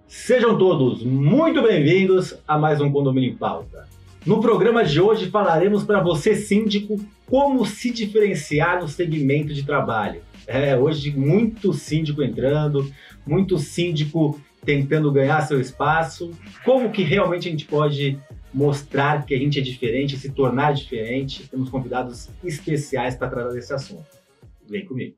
Sejam todos muito bem-vindos a mais um Condomínio em Pauta. No programa de hoje falaremos para você, síndico, como se diferenciar no segmento de trabalho. Hoje muito síndico entrando, muito síndico tentando ganhar seu espaço. Como que realmente a gente pode mostrar que a gente é diferente, se tornar diferente? Temos convidados especiais para tratar desse assunto. Vem comigo.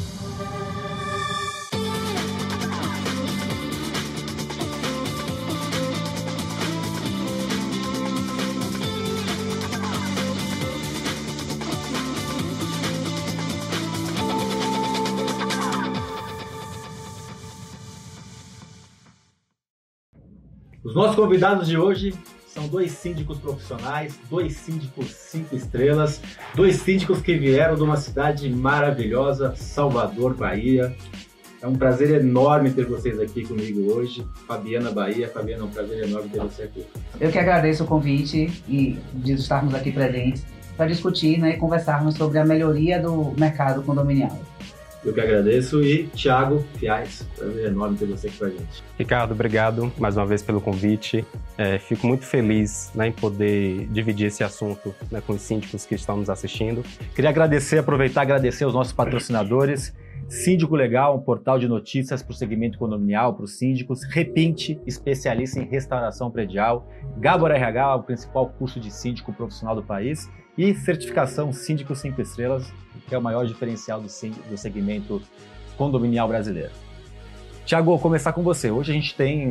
Os nossos convidados de hoje são dois síndicos profissionais, dois síndicos 5 estrelas, dois síndicos que vieram de uma cidade maravilhosa, Salvador, Bahia. É um prazer enorme ter vocês aqui comigo hoje. Fabiana Bahia. Fabiana, é um prazer enorme ter você aqui. Eu que agradeço o convite e de estarmos aqui presentes para discutir, e conversarmos sobre a melhoria do mercado condominial. Eu que agradeço. E Thiago Fiais, prazer enorme ter você aqui com a gente. Ricardo, obrigado mais uma vez pelo convite. Fico muito feliz em poder dividir esse assunto com os síndicos que estão nos assistindo. Queria aproveitar e agradecer aos nossos patrocinadores. Síndico Legal, um portal de notícias para o segmento condominial, para os síndicos. Repinte, especialista em restauração predial. Gabor RH, o principal curso de síndico profissional do país. E certificação Síndico 5 Estrelas, que é o maior diferencial do segmento condominial brasileiro. Thiago, vou começar com você. Hoje a gente tem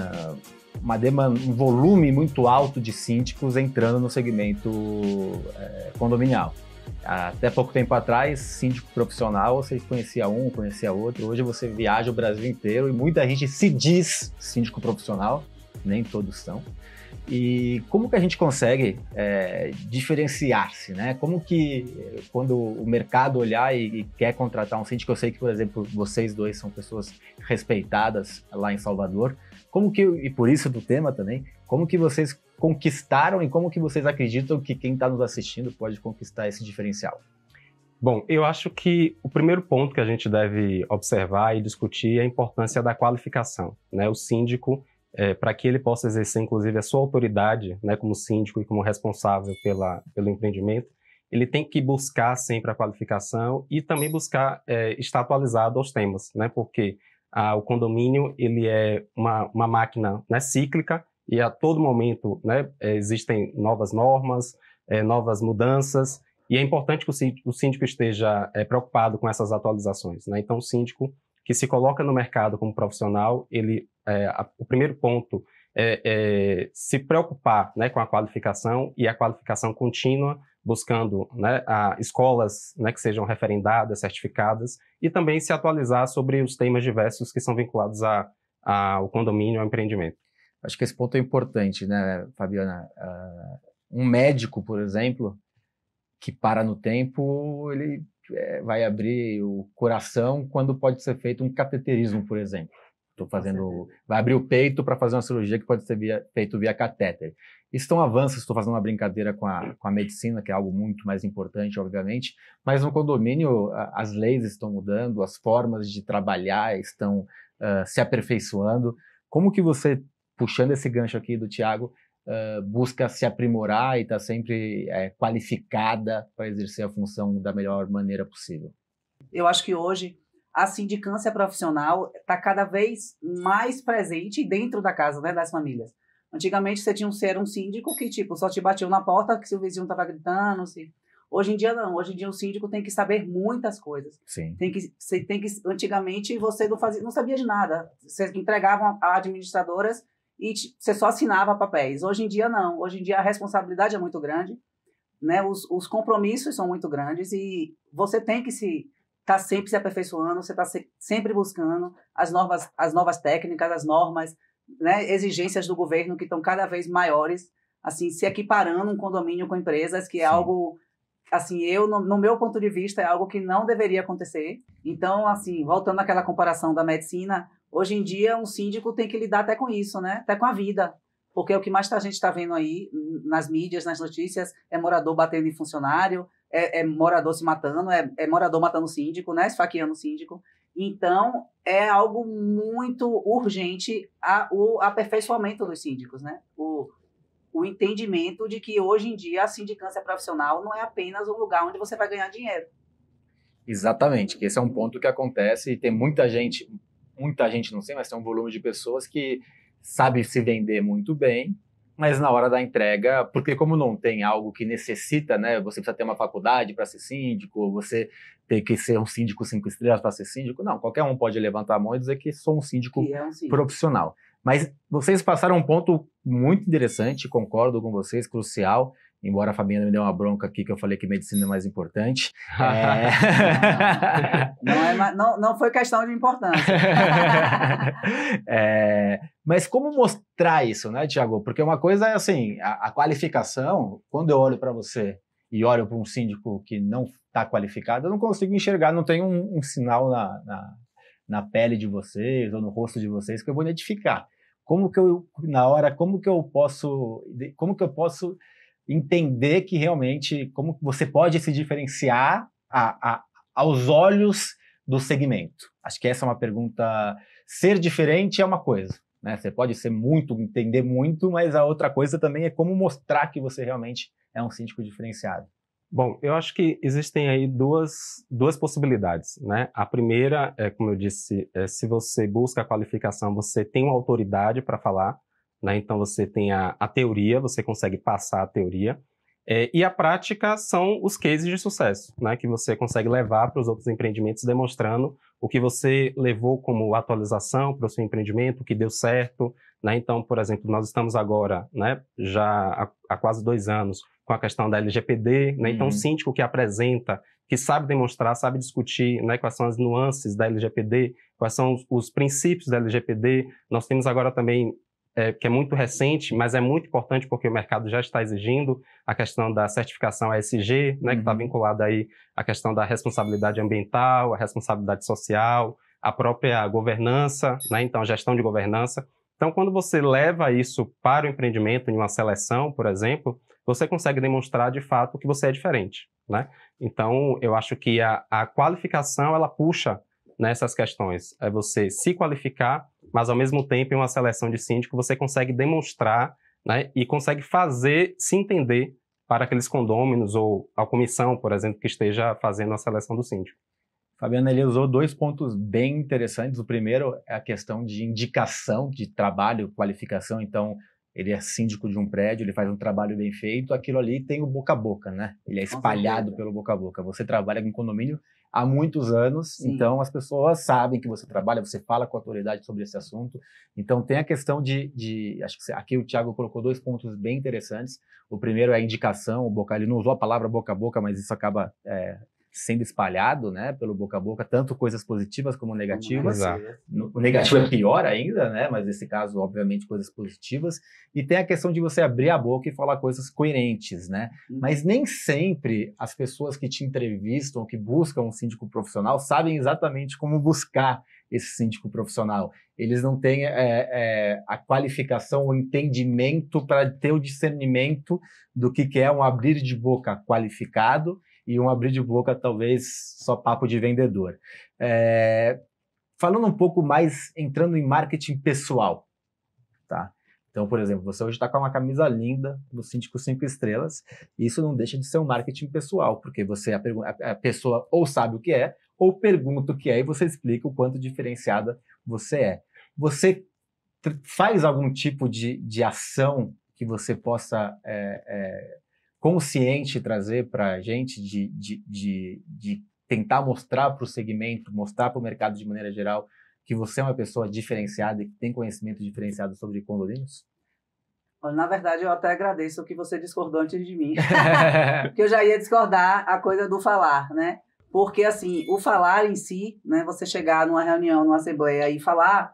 um volume muito alto de síndicos entrando no segmento condominial. Até pouco tempo atrás, síndico profissional, você conhecia um, conhecia outro. Hoje você viaja o Brasil inteiro e muita gente se diz síndico profissional, nem todos são. E como que a gente consegue diferenciar-se, né? Como que, quando o mercado olhar e quer contratar um síndico, eu sei que, por exemplo, vocês dois são pessoas respeitadas lá em Salvador, e por isso do tema também, como que vocês conquistaram e como que vocês acreditam que quem está nos assistindo pode conquistar esse diferencial? Bom, eu acho que o primeiro ponto que a gente deve observar e discutir é a importância da qualificação, né? O síndico, para que ele possa exercer, inclusive, a sua autoridade, como síndico e como responsável pelo empreendimento, ele tem que buscar sempre a qualificação e também buscar estar atualizado aos temas, né? Porque o condomínio ele é uma máquina cíclica e a todo momento existem novas normas, novas mudanças, e é importante que o síndico esteja preocupado com essas atualizações, né? Então, o síndico que se coloca no mercado como profissional, o primeiro ponto é se preocupar com a qualificação e a qualificação contínua, buscando escolas que sejam referendadas, certificadas, e também se atualizar sobre os temas diversos que são vinculados ao condomínio, ao empreendimento. Acho que esse ponto é importante, né, Fabiana? Um médico, por exemplo, que para no tempo, ele vai abrir o coração quando pode ser feito um cateterismo, por exemplo. Vai abrir o peito para fazer uma cirurgia que pode ser feito via catéter. Isso são avanços, estou fazendo uma brincadeira com a medicina, que é algo muito mais importante, obviamente, mas no condomínio as leis estão mudando, as formas de trabalhar estão se aperfeiçoando. Como que você, puxando esse gancho aqui do Thiago, busca se aprimorar e está sempre qualificada para exercer a função da melhor maneira possível? Eu acho que hoje a sindicância profissional está cada vez mais presente dentro da casa, das famílias. Antigamente você era um síndico que só te batia na porta se o vizinho estava gritando. Hoje em dia não, hoje em dia o síndico tem que saber muitas coisas. Sim. Antigamente você não sabia de nada, você entregava a administradoras e você só assinava papéis. Hoje em dia não, hoje em dia a responsabilidade é muito grande, os compromissos são muito grandes e você tem que está sempre se aperfeiçoando, você está sempre buscando as novas técnicas, as normas, exigências do governo que estão cada vez maiores, assim, se equiparando um condomínio com empresas, que é algo, assim, no meu ponto de vista, é algo que não deveria acontecer. Então, assim, voltando àquela comparação da medicina, hoje em dia um síndico tem que lidar até com isso, até com a vida, porque o que mais a gente está vendo aí nas mídias, nas notícias, é morador batendo em funcionário, é morador se matando, é morador matando o síndico, esfaqueando o síndico. Então, é algo muito urgente o aperfeiçoamento dos síndicos, né? O entendimento de que hoje em dia a sindicância profissional não é apenas um lugar onde você vai ganhar dinheiro. Exatamente, que esse é um ponto que acontece e tem muita gente não sei, mas tem um volume de pessoas que sabe se vender muito bem, mas na hora da entrega, porque como não tem algo que necessita, né, você precisa ter uma faculdade para ser síndico, você tem que ser um síndico 5 estrelas para ser síndico, não, qualquer um pode levantar a mão e dizer que sou um síndico profissional. Mas vocês passaram um ponto muito interessante, concordo com vocês, crucial, embora a Fabiana me dê uma bronca aqui que eu falei que medicina é mais importante. Não foi questão de importância. Mas como mostrar isso, né, Thiago? Porque uma coisa é assim, a qualificação, quando eu olho para você e olho para um síndico que não está qualificado, eu não consigo enxergar, não tem um sinal na pele de vocês ou no rosto de vocês que eu vou identificar. Como que eu posso entender que realmente, como você pode se diferenciar aos olhos do segmento? Acho que essa é uma pergunta. Ser diferente é uma coisa, né? Você pode ser muito, entender muito, mas a outra coisa também é como mostrar que você realmente é um síndico diferenciado. Bom, eu acho que existem aí duas possibilidades, né? A primeira, como eu disse, se você busca a qualificação, você tem uma autoridade para falar, né? Então você tem a teoria, você consegue passar a teoria, e a prática são os cases de sucesso, né? Que você consegue levar para os outros empreendimentos demonstrando o que você levou como atualização para o seu empreendimento, o que deu certo, né? Então, por exemplo, nós estamos agora, né, já há quase 2 anos, com a questão da LGPD, né? Então, o síndico que apresenta, que sabe demonstrar, sabe discutir, né, quais são as nuances da LGPD, quais são os princípios da LGPD. Nós temos agora também, que é muito recente, mas é muito importante porque o mercado já está exigindo, a questão da certificação ESG, né, que está vinculada aí à questão da responsabilidade ambiental, a responsabilidade social, a própria governança, né? Então, a gestão de governança. Então, quando você leva isso para o empreendimento, em uma seleção, por exemplo, você consegue demonstrar, de fato, que você é diferente, né? Então, eu acho que a qualificação, ela puxa nessas questões. É você se qualificar, mas, ao mesmo tempo, em uma seleção de síndico, você consegue demonstrar, né, e consegue fazer se entender para aqueles condôminos ou a comissão, por exemplo, que esteja fazendo a seleção do síndico. Fabiana, ele usou 2 pontos bem interessantes. O primeiro é a questão de indicação de trabalho, qualificação. Então, ele é síndico de um prédio, ele faz um trabalho bem feito, aquilo ali tem o boca a boca, né? Ele é espalhado pelo boca a boca. Você trabalha com condomínio há muitos anos, sim, então as pessoas sabem que você trabalha, você fala com autoridade sobre esse assunto. Então tem a questão acho que aqui o Thiago colocou 2 pontos bem interessantes. O primeiro é a indicação, ele não usou a palavra boca a boca, mas isso acaba sendo espalhado, né, pelo boca a boca, tanto coisas positivas como negativas. O negativo é pior ainda, né, mas nesse caso, obviamente, coisas positivas. E tem a questão de você abrir a boca e falar coisas coerentes, né? Mas nem sempre as pessoas que te entrevistam, que buscam um síndico profissional, sabem exatamente como buscar esse síndico profissional. Eles não têm a qualificação, o entendimento para ter o discernimento do que é um abrir de boca qualificado e um abrir de boca, talvez, só papo de vendedor. Falando um pouco mais, entrando em marketing pessoal, tá? Então, por exemplo, você hoje está com uma camisa linda do Síndico 5 Estrelas, e isso não deixa de ser um marketing pessoal, porque a pessoa ou sabe o que é, ou pergunta o que é, e você explica o quanto diferenciada você é. Você faz algum tipo de ação que você possa consciente trazer para a gente de tentar mostrar para o segmento, mostrar para o mercado de maneira geral que você é uma pessoa diferenciada e que tem conhecimento diferenciado sobre condomínios? Na verdade, eu até agradeço que você discordou antes de mim, porque eu já ia discordar a coisa do falar, né? Porque, assim, o falar em si, né, você chegar numa reunião, numa assembleia e falar,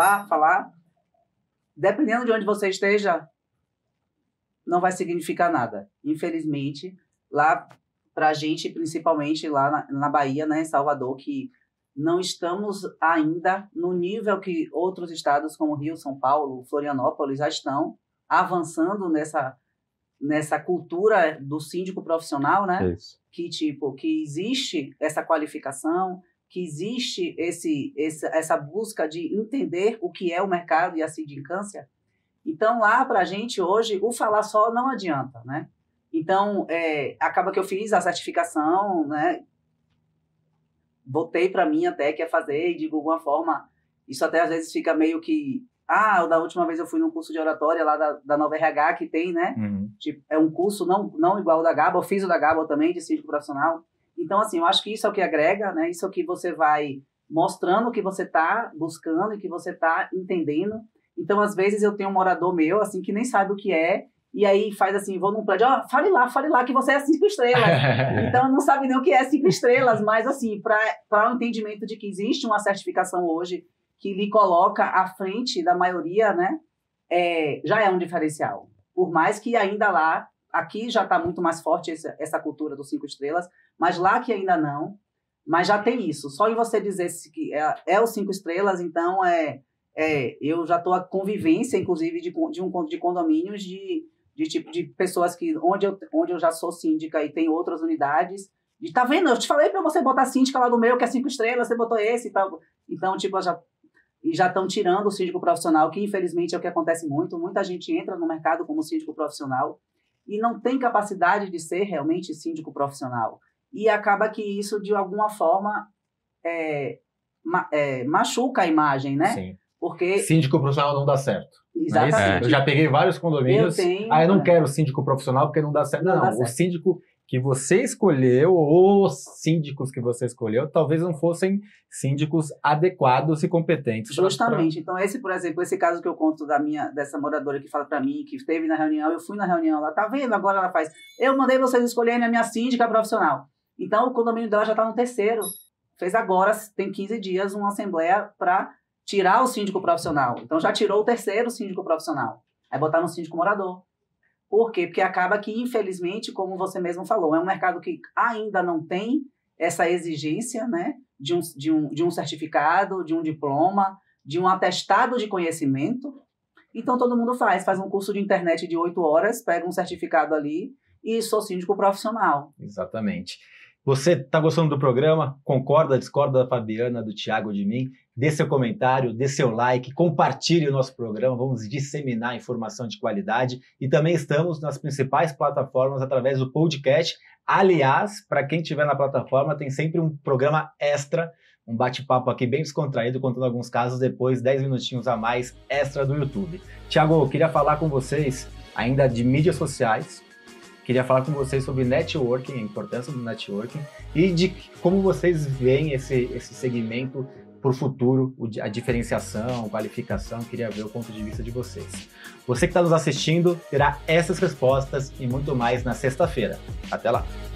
dependendo de onde você esteja, não vai significar nada. Infelizmente, lá pra gente, principalmente lá na Bahia, né, em Salvador, que não estamos ainda no nível que outros estados como Rio, São Paulo, Florianópolis já estão avançando nessa cultura do síndico profissional, né? Isso. Que existe essa qualificação, que existe essa busca de entender o que é o mercado e a sindicância. Então, lá para a gente, hoje, o falar só não adianta, né? Então, acaba que eu fiz a certificação, né? Botei para mim até que ia fazer, e de alguma forma, isso até às vezes fica meio que... da última vez eu fui num curso de oratória lá da Nova RH, que tem, né? Tipo, é um curso não igual o da Gabo, eu fiz o da Gabo também, de síndico profissional. Então, assim, eu acho que isso é o que agrega, né? Isso é o que você vai mostrando que você está buscando e que você está entendendo. Então, às vezes, eu tenho um morador meu, assim, que nem sabe o que é, e aí faz assim, vou num prédio, fale lá, que você é 5 estrelas. Então, não sabe nem o que é 5 estrelas, mas, assim, para o entendimento de que existe uma certificação hoje que lhe coloca à frente da maioria, né, já é um diferencial. Por mais que ainda lá, aqui já está muito mais forte essa cultura dos 5 estrelas, mas lá que ainda não, mas já tem isso. Só em você dizer que é os 5 estrelas, então eu já estou a convivência, inclusive, de condomínios de pessoas que onde eu já sou síndica e tem outras unidades. E tá vendo? Eu te falei para você botar a síndica lá do meu, que é 5 estrelas, você botou esse e tal. Então, tipo, já estão tirando o síndico profissional, que infelizmente é o que acontece muito. Muita gente entra no mercado como síndico profissional e não tem capacidade de ser realmente síndico profissional. E acaba que isso, de alguma forma, machuca a imagem, né? Sim. Porque... Síndico profissional não dá certo. Exatamente. Eu já peguei vários condomínios. Eu não quero síndico profissional porque não dá certo. Não, o síndico que você escolheu, ou os síndicos que você escolheu, talvez não fossem síndicos adequados e competentes. Justamente. Então, por exemplo, esse caso que eu conto dessa moradora que fala para mim, que esteve na reunião, eu fui na reunião, ela tá vendo, agora ela faz, eu mandei vocês escolherem a minha síndica profissional. Então, o condomínio dela já está no 3º. Fez agora, tem 15 dias, uma assembleia para tirar o síndico profissional. Então, já tirou o 3º síndico profissional. Aí botar no síndico morador. Por quê? Porque acaba que, infelizmente, como você mesmo falou, é um mercado que ainda não tem essa exigência, né, de um certificado, de um diploma, de um atestado de conhecimento. Então, todo mundo faz um curso de internet de 8 horas, pega um certificado ali e sou síndico profissional. Exatamente. Você está gostando do programa? Concorda, discorda da Fabiana, do Thiago, de mim? Dê seu comentário, dê seu like, compartilhe o nosso programa, vamos disseminar informação de qualidade e também estamos nas principais plataformas através do podcast. Aliás, para quem estiver na plataforma, tem sempre um programa extra, um bate-papo aqui bem descontraído, contando alguns casos, depois 10 minutinhos a mais extra do YouTube. Thiago, eu queria falar com vocês ainda de mídias sociais, queria falar com vocês sobre networking, a importância do networking e de como vocês veem esse segmento para o futuro, a diferenciação, qualificação, queria ver o ponto de vista de vocês. Você que está nos assistindo terá essas respostas e muito mais na sexta-feira. Até lá!